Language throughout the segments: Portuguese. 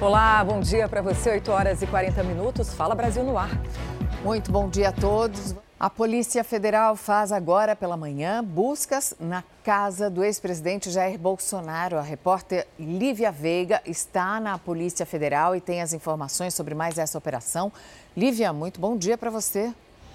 Olá, bom dia para você, 8h40. Fala Brasil no ar. Muito bom dia a todos. A Polícia Federal faz agora pela manhã buscas na casa do ex-presidente Jair Bolsonaro. A repórter Lívia Veiga está na Polícia Federal e tem as informações sobre mais essa operação. Lívia, muito bom dia para você.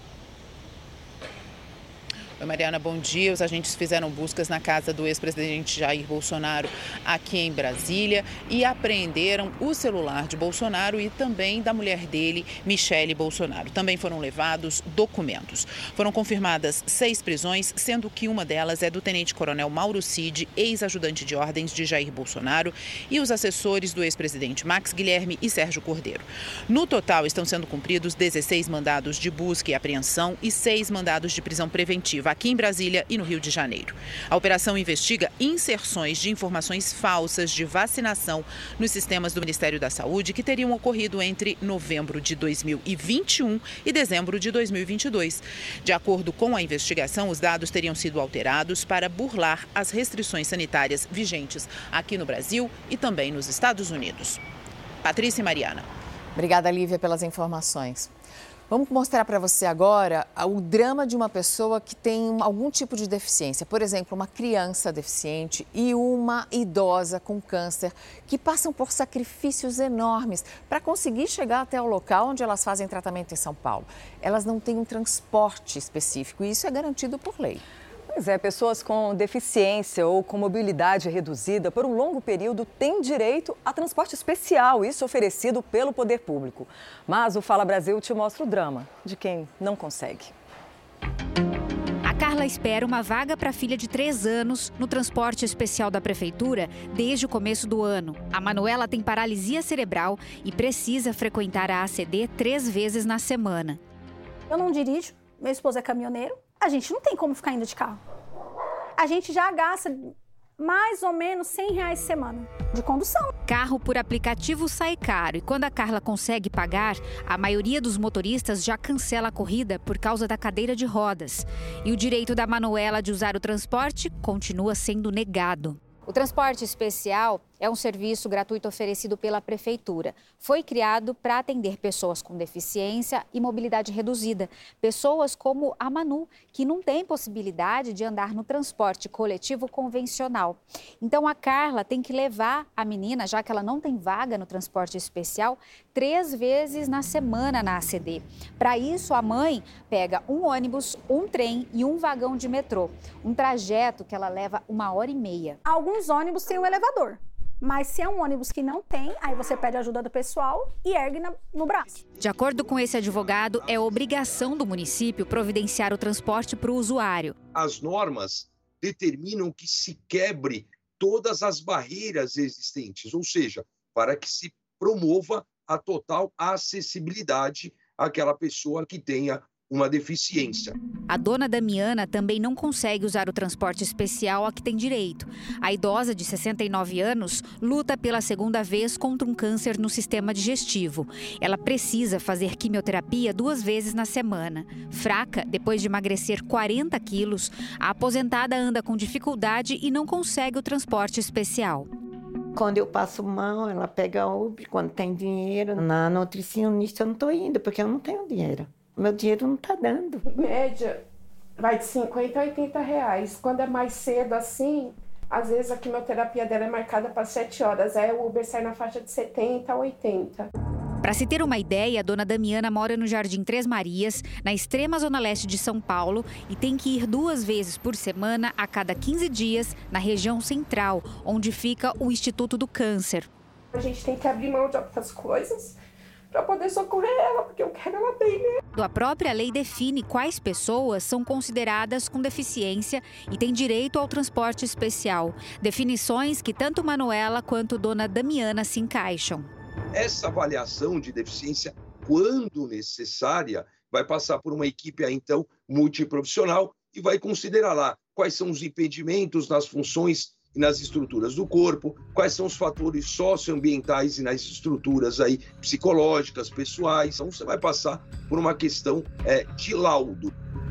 Oi, Mariana, bom dia. Os agentes fizeram buscas na casa do ex-presidente Jair Bolsonaro aqui em Brasília e apreenderam o celular de Bolsonaro e também da mulher dele, Michele Bolsonaro. Também foram levados documentos. Foram confirmadas 6 prisões, sendo que uma delas é do tenente-coronel Mauro Cid, ex-ajudante de ordens de Jair Bolsonaro, e os assessores do ex-presidente Max Guilherme e Sérgio Cordeiro. No total, estão sendo cumpridos 16 mandados de busca e apreensão e 6 mandados de prisão preventiva aqui em Brasília e no Rio de Janeiro. A operação investiga inserções de informações falsas de vacinação nos sistemas do Ministério da Saúde que teriam ocorrido entre novembro de 2021 e dezembro de 2022. De acordo com a investigação, os dados teriam sido alterados para burlar as restrições sanitárias vigentes aqui no Brasil e também nos Estados Unidos. Patrícia e Mariana. Obrigada, Lívia, pelas informações. Vamos mostrar para você agora o drama de uma pessoa que tem algum tipo de deficiência. Por exemplo, uma criança deficiente e uma idosa com câncer que passam por sacrifícios enormes para conseguir chegar até o local onde elas fazem tratamento em São Paulo. Elas não têm um transporte específico e isso é garantido por lei. Pois é, pessoas com deficiência ou com mobilidade reduzida por um longo período têm direito a transporte especial, isso oferecido pelo poder público. Mas o Fala Brasil te mostra o drama de quem não consegue. A Carla espera uma vaga para a filha de 3 anos no transporte especial da prefeitura desde o começo do ano. A Manuela tem paralisia cerebral e precisa frequentar a ACD 3 vezes na semana. Eu não dirijo, meu esposo é caminhoneiro. A gente não tem como ficar indo de carro. A gente já gasta mais ou menos R$100 semana de condução. Carro por aplicativo sai caro e quando a Carla consegue pagar, a maioria dos motoristas já cancela a corrida por causa da cadeira de rodas. E o direito da Manuela de usar o transporte continua sendo negado. O transporte especial é um serviço gratuito oferecido pela Prefeitura. Foi criado para atender pessoas com deficiência e mobilidade reduzida. Pessoas como a Manu, que não tem possibilidade de andar no transporte coletivo convencional. Então, a Carla tem que levar a menina, já que ela não tem vaga no transporte especial, 3 vezes na semana na ACD. Para isso, a mãe pega um ônibus, um trem e um vagão de metrô. Um trajeto que ela leva 1h30. Alguns ônibus têm um elevador. Mas se é um ônibus que não tem, aí você pede ajuda do pessoal e ergue no braço. De acordo com esse advogado, é obrigação do município providenciar o transporte para o usuário. As normas determinam que se quebre todas as barreiras existentes, ou seja, para que se promova a total acessibilidade àquela pessoa que tenha uma deficiência. A dona Damiana também não consegue usar o transporte especial a que tem direito. A idosa de 69 anos luta pela 2ª vez contra um câncer no sistema digestivo. Ela precisa fazer quimioterapia 2 vezes na semana. Fraca, depois de emagrecer 40 quilos, a aposentada anda com dificuldade e não consegue o transporte especial. Quando eu passo mal, ela pega Uber, quando tem dinheiro. Na nutricionista eu não estou indo, porque eu não tenho dinheiro. Meu dinheiro não está dando. Média vai de 50 a 80 reais. Quando é mais cedo assim, às vezes a quimioterapia dela é marcada para 7 horas. Aí o Uber sai na faixa de 70 a 80. Para se ter uma ideia, a dona Damiana mora no Jardim Três Marias, na extrema zona leste de São Paulo, e tem que ir 2 vezes por semana, a cada 15 dias, na região central, onde fica o Instituto do Câncer. A gente tem que abrir mão de outras coisas para poder socorrer ela, porque eu quero ela bem, né? A própria lei define quais pessoas são consideradas com deficiência e têm direito ao transporte especial. Definições que tanto Manuela quanto dona Damiana se encaixam. Essa avaliação de deficiência, quando necessária, vai passar por uma equipe aí, então, multiprofissional e vai considerar lá quais são os impedimentos nas funções e nas estruturas do corpo, quais são os fatores socioambientais e nas estruturas aí psicológicas, pessoais. Então, você vai passar por uma questão de laudo.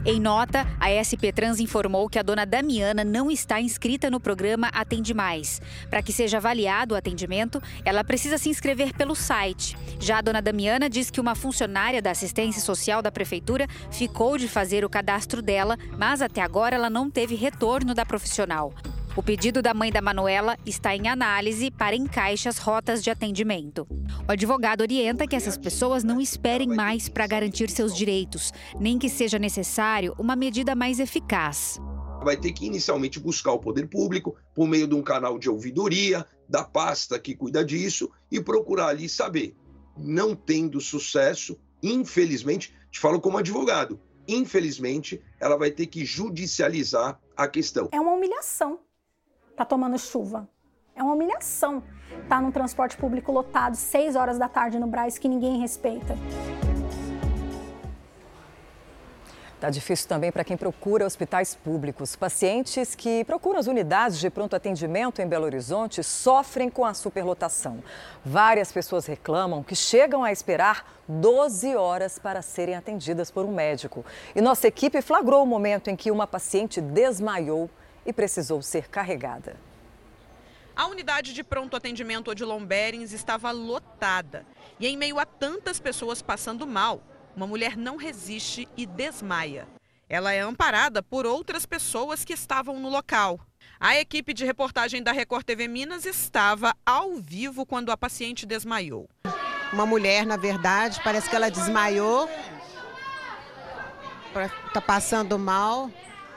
Em nota, a SP Trans informou que a dona Damiana não está inscrita no programa Atende Mais. Para que seja avaliado o atendimento, ela precisa se inscrever pelo site. Já a dona Damiana diz que uma funcionária da assistência social da prefeitura ficou de fazer o cadastro dela, mas até agora ela não teve retorno da profissional. O pedido da mãe da Manuela está em análise para encaixe as rotas de atendimento. O advogado orienta que essas pessoas não esperem mais para garantir seus direitos, nem que seja necessário uma medida mais eficaz. Vai ter que inicialmente buscar o poder público por meio de um canal de ouvidoria, da pasta que cuida disso e procurar ali saber. Não tendo sucesso, infelizmente, te falo como advogado, infelizmente, ela vai ter que judicializar a questão. É uma humilhação. Tá tomando chuva. É uma humilhação. Tá num transporte público lotado, 6 horas da tarde no Brás, que ninguém respeita. Tá difícil também para quem procura hospitais públicos. Pacientes que procuram as unidades de pronto atendimento em Belo Horizonte sofrem com a superlotação. Várias pessoas reclamam que chegam a esperar 12 horas para serem atendidas por um médico. E nossa equipe flagrou o momento em que uma paciente desmaiou e precisou ser carregada. A unidade de pronto atendimento Odilon Berens estava lotada. E em meio a tantas pessoas passando mal, uma mulher não resiste e desmaia. Ela é amparada por outras pessoas que estavam no local. A equipe de reportagem da Record TV Minas estava ao vivo quando a paciente desmaiou. Uma mulher, na verdade, parece que ela desmaiou, está passando mal.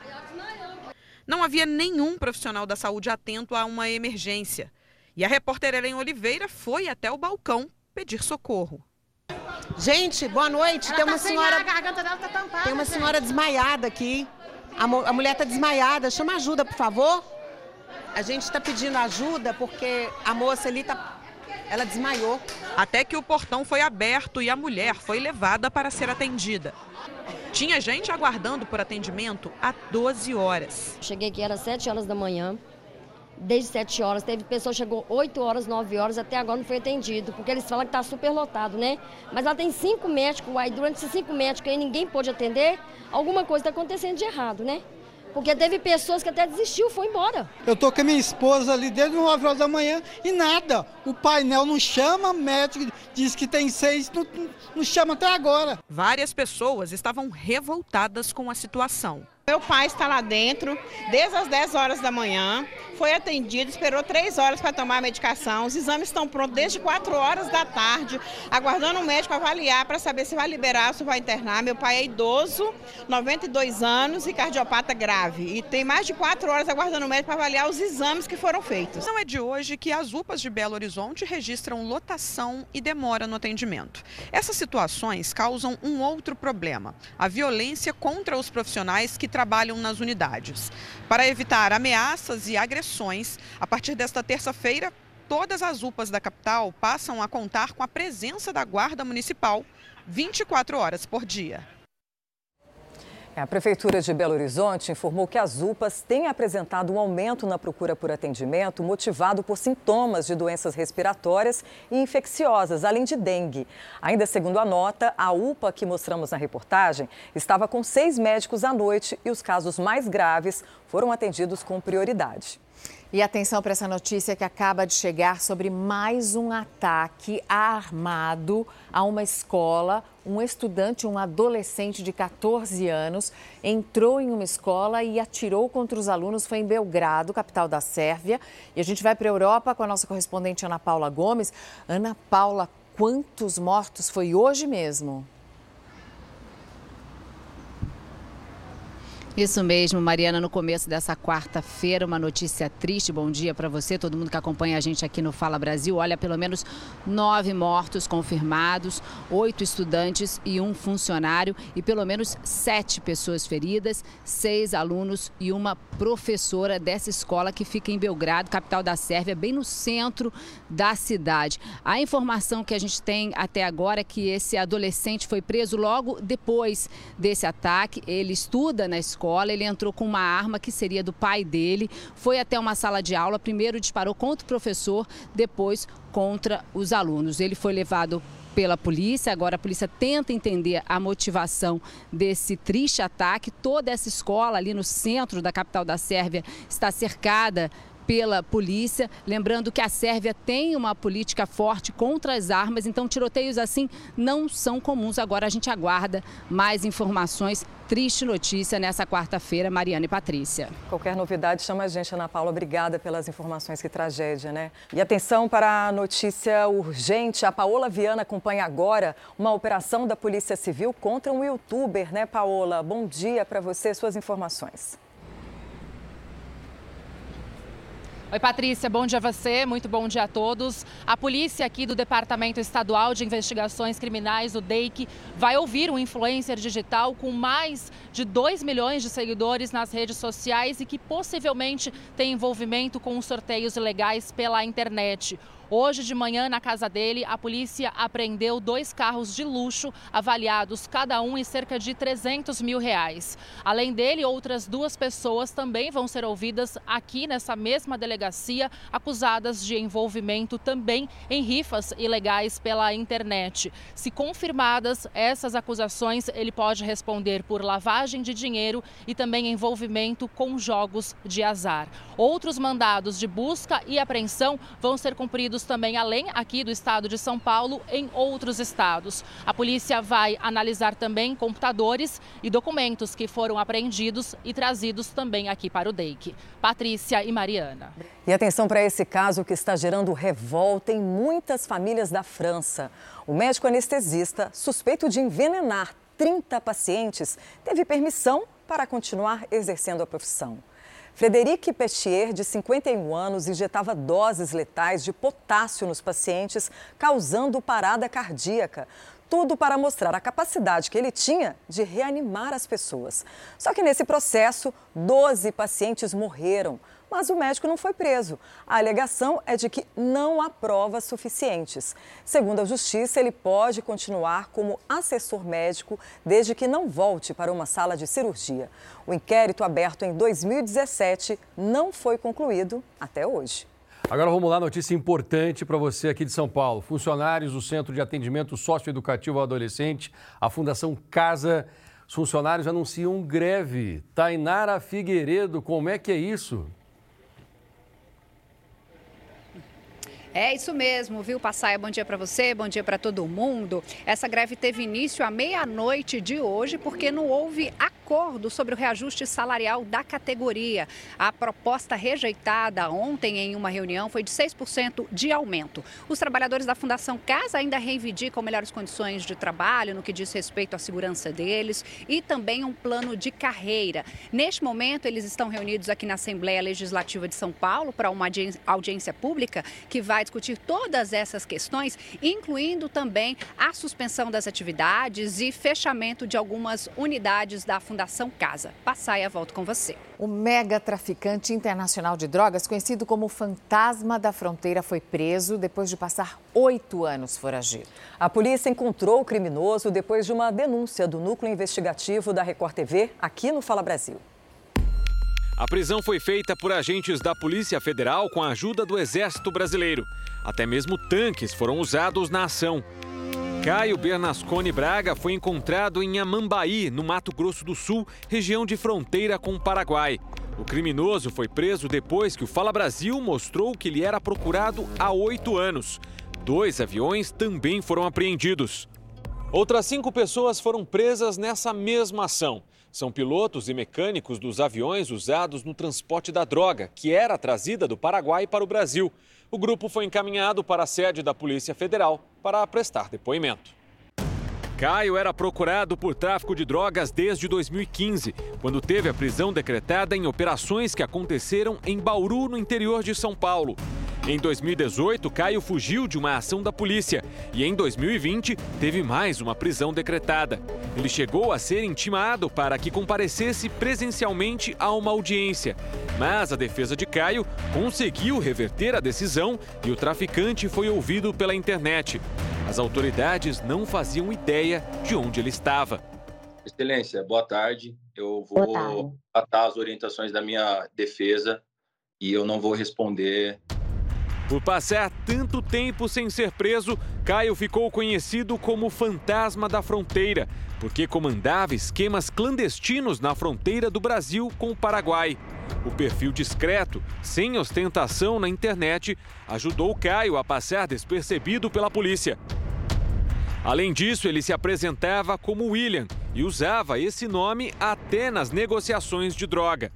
Não havia nenhum profissional da saúde atento a uma emergência. E a repórter Helen Oliveira foi até o balcão pedir socorro. Gente, boa noite. Tem uma senhora, a garganta dela tá tampada. Tem uma senhora desmaiada aqui. A mulher está desmaiada. Chama ajuda, por favor. A gente está pedindo ajuda porque a moça ali ela desmaiou. Até que o portão foi aberto e a mulher foi levada para ser atendida. Tinha gente aguardando por atendimento há 12 horas. Cheguei aqui, era 7 horas da manhã. Desde 7 horas, teve pessoa que chegou 8 horas, 9 horas, até agora não foi atendido, porque eles falam que está super lotado, né? Mas ela tem 5 médicos, aí durante esses 5 médicos aí ninguém pôde atender, alguma coisa está acontecendo de errado, né? Porque teve pessoas que até desistiu, foi embora. Eu tô com a minha esposa ali desde 9 horas da manhã e nada. O painel não chama, médico diz que tem 6, não chama até agora. Várias pessoas estavam revoltadas com a situação. Meu pai está lá dentro desde as 10 horas da manhã, foi atendido, esperou 3 horas para tomar a medicação. Os exames estão prontos desde 4 horas da tarde, aguardando o médico avaliar para saber se vai liberar, se vai internar. Meu pai é idoso, 92 anos e cardiopata grave. E tem mais de 4 horas aguardando o médico para avaliar os exames que foram feitos. Não é de hoje que as UPAs de Belo Horizonte registram lotação e demora no atendimento. Essas situações causam um outro problema: a violência contra os profissionais que trabalham nas unidades. Para evitar ameaças e agressões, a partir desta terça-feira, todas as UPAs da capital passam a contar com a presença da Guarda Municipal 24 horas por dia. A Prefeitura de Belo Horizonte informou que as UPAs têm apresentado um aumento na procura por atendimento motivado por sintomas de doenças respiratórias e infecciosas, além de dengue. Ainda segundo a nota, a UPA que mostramos na reportagem estava com 6 médicos à noite e os casos mais graves foram atendidos com prioridade. E atenção para essa notícia que acaba de chegar sobre mais um ataque armado a uma escola. Um estudante, um adolescente de 14 anos, entrou em uma escola e atirou contra os alunos. Foi em Belgrado, capital da Sérvia. E a gente vai para a Europa com a nossa correspondente Ana Paula Gomes. Ana Paula, quantos mortos foi hoje mesmo? Isso mesmo, Mariana, no começo dessa quarta-feira, uma notícia triste. Bom dia para você, todo mundo que acompanha a gente aqui no Fala Brasil. Olha, pelo menos 9 mortos confirmados, 8 estudantes e 1 funcionário e pelo menos 7 pessoas feridas, 6 alunos e uma professora dessa escola que fica em Belgrado, capital da Sérvia, bem no centro da cidade. A informação que a gente tem até agora é que esse adolescente foi preso logo depois desse ataque. Ele estuda na escola. Ele entrou com uma arma que seria do pai dele, foi até uma sala de aula, primeiro disparou contra o professor, depois contra os alunos. Ele foi levado pela polícia. Agora a polícia tenta entender a motivação desse triste ataque. Toda essa escola ali no centro da capital da Sérvia está cercada pela polícia. Lembrando que a Sérvia tem uma política forte contra as armas, então tiroteios assim não são comuns. Agora a gente aguarda mais informações. Triste notícia nessa quarta-feira, Mariana e Patrícia. Qualquer novidade, chama a gente, Ana Paula. Obrigada pelas informações, que tragédia, né? E atenção para a notícia urgente. A Paola Viana acompanha agora uma operação da Polícia Civil contra um youtuber, né, Paola? Bom dia para você, suas informações. Oi, Patrícia, bom dia a você, muito bom dia a todos. A polícia aqui do Departamento Estadual de Investigações Criminais, o DEIC, vai ouvir um influencer digital com mais de 2 milhões de seguidores nas redes sociais e que possivelmente tem envolvimento com sorteios ilegais pela internet. Hoje de manhã, na casa dele, a polícia apreendeu 2 carros de luxo, avaliados cada um em cerca de R$300 mil. Além dele, outras 2 pessoas também vão ser ouvidas aqui nessa mesma delegacia, acusadas de envolvimento também em rifas ilegais pela internet. Se confirmadas essas acusações, ele pode responder por lavagem de dinheiro e também envolvimento com jogos de azar. Outros mandados de busca e apreensão vão ser cumpridos também além aqui do estado de São Paulo, em outros estados. A polícia vai analisar também computadores e documentos que foram apreendidos e trazidos também aqui para o DEIC. Patrícia e Mariana. E atenção para esse caso que está gerando revolta em muitas famílias da França. O médico anestesista, suspeito de envenenar 30 pacientes, teve permissão para continuar exercendo a profissão. Frederic Pestier, de 51 anos, injetava doses letais de potássio nos pacientes, causando parada cardíaca. Tudo para mostrar a capacidade que ele tinha de reanimar as pessoas. Só que nesse processo, 12 pacientes morreram. Mas o médico não foi preso. A alegação é de que não há provas suficientes. Segundo a Justiça, ele pode continuar como assessor médico desde que não volte para uma sala de cirurgia. O inquérito aberto em 2017 não foi concluído até hoje. Agora vamos lá, notícia importante para você aqui de São Paulo. Funcionários do Centro de Atendimento Socioeducativo ao Adolescente, a Fundação Casa, os funcionários anunciam greve. Tainara Figueiredo, como é que é isso? É isso mesmo, viu, Passaia? Bom dia para você, bom dia para todo mundo. Essa greve teve início à meia-noite de hoje porque não houve acordo sobre o reajuste salarial da categoria. A proposta rejeitada ontem em uma reunião foi de 6% de aumento. Os trabalhadores da Fundação Casa ainda reivindicam melhores condições de trabalho no que diz respeito à segurança deles e também um plano de carreira. Neste momento, eles estão reunidos aqui na Assembleia Legislativa de São Paulo para uma audiência pública que vai discutir todas essas questões, incluindo também a suspensão das atividades e fechamento de algumas unidades da Fundação Casa. Passaia, volto com você. O mega traficante internacional de drogas, conhecido como Fantasma da Fronteira, foi preso depois de passar 8 anos foragido. A polícia encontrou o criminoso depois de uma denúncia do núcleo investigativo da Record TV aqui no Fala Brasil. A prisão foi feita por agentes da Polícia Federal com a ajuda do Exército Brasileiro. Até mesmo tanques foram usados na ação. Caio Bernasconi Braga foi encontrado em Amambaí, no Mato Grosso do Sul, região de fronteira com o Paraguai. O criminoso foi preso depois que o Fala Brasil mostrou que ele era procurado há 8 anos. 2 aviões também foram apreendidos. Outras 5 pessoas foram presas nessa mesma ação. São pilotos e mecânicos dos aviões usados no transporte da droga, que era trazida do Paraguai para o Brasil. O grupo foi encaminhado para a sede da Polícia Federal para prestar depoimento. Caio era procurado por tráfico de drogas desde 2015, quando teve a prisão decretada em operações que aconteceram em Bauru, no interior de São Paulo. Em 2018, Caio fugiu de uma ação da polícia e em 2020 teve mais uma prisão decretada. Ele chegou a ser intimado para que comparecesse presencialmente a uma audiência, mas a defesa de Caio conseguiu reverter a decisão e o traficante foi ouvido pela internet. As autoridades não faziam ideia de onde ele estava. Excelência, boa tarde. Eu vou acatar as orientações da minha defesa e eu não vou responder. Por passar tanto tempo sem ser preso, Caio ficou conhecido como o fantasma da fronteira, porque comandava esquemas clandestinos na fronteira do Brasil com o Paraguai. O perfil discreto, sem ostentação na internet, ajudou Caio a passar despercebido pela polícia. Além disso, ele se apresentava como William e usava esse nome até nas negociações de droga.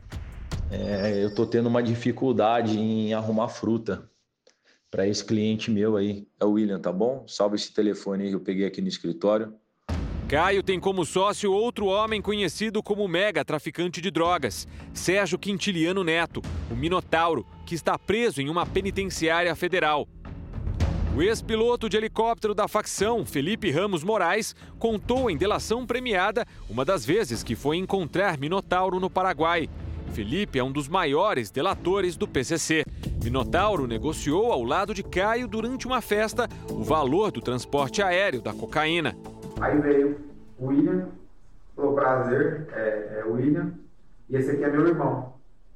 Eu estou tendo uma dificuldade em arrumar fruta para esse cliente meu aí. É o William, tá bom? Salve esse telefone aí que eu peguei aqui no escritório. Caio tem como sócio outro homem conhecido como mega traficante de drogas, Sérgio Quintiliano Neto, o Minotauro, que está preso em uma penitenciária federal. O ex-piloto de helicóptero da facção, Felipe Ramos Moraes, contou em delação premiada uma das vezes que foi encontrar Minotauro no Paraguai. Felipe é um dos maiores delatores do PCC. Minotauro negociou ao lado de Caio durante uma festa o valor do transporte aéreo da cocaína. Aí veio o William, falou: prazer, é o William, e esse aqui é meu irmão.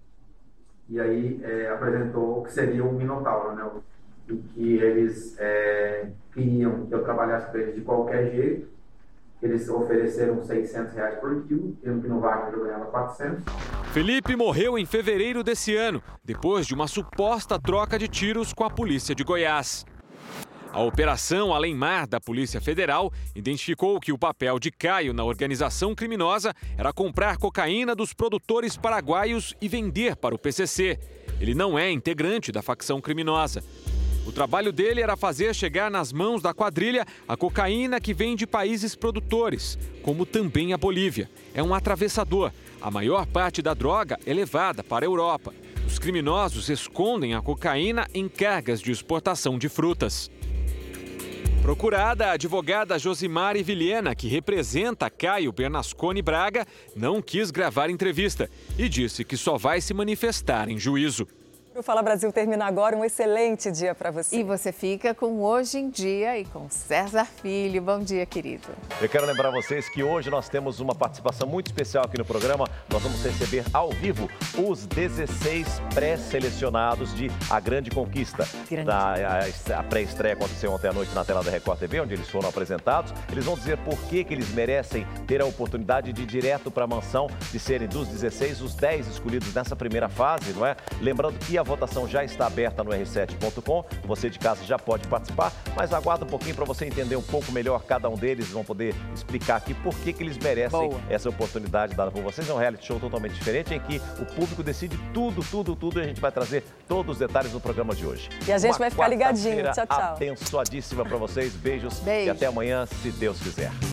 E aí apresentou o que seria o Minotauro, né? E que eles queriam que eu trabalhasse para eles de qualquer jeito. Eles ofereceram R$600 por quilo, tendo que no Wagner eu ganhava 400. Felipe morreu em fevereiro desse ano, depois de uma suposta troca de tiros com a polícia de Goiás. A Operação Além Mar da Polícia Federal identificou que o papel de Caio na organização criminosa era comprar cocaína dos produtores paraguaios e vender para o PCC. Ele não é integrante da facção criminosa. O trabalho dele era fazer chegar nas mãos da quadrilha a cocaína que vem de países produtores, como também a Bolívia. É um atravessador. A maior parte da droga é levada para a Europa. Os criminosos escondem a cocaína em cargas de exportação de frutas. Procurada, a advogada Josimari Vilhena, que representa Caio Bernasconi Braga, não quis gravar entrevista e disse que só vai se manifestar em juízo. O Fala Brasil termina agora. Um excelente dia para você. E você fica com Hoje em Dia e com César Filho. Bom dia, querido. Eu quero lembrar vocês que hoje nós temos uma participação muito especial aqui no programa. Nós vamos receber ao vivo os 16 pré-selecionados de A Grande Conquista. A pré-estreia aconteceu ontem à noite na tela da Record TV, onde eles foram apresentados. Eles vão dizer por que eles merecem ter a oportunidade de ir direto para a mansão, de serem dos 16 os 10 escolhidos nessa primeira fase, não é? Lembrando que a votação já está aberta no r7.com, você de casa já pode participar, mas aguarda um pouquinho para você entender um pouco melhor cada um deles, vão poder explicar aqui por que eles merecem essa oportunidade dada por vocês. É um reality show totalmente diferente em que o público decide tudo e a gente vai trazer todos os detalhes no programa de hoje. E a gente vai ficar ligadinho. Tchau, tchau. Abençoadíssima para vocês, beijos e até amanhã, se Deus quiser.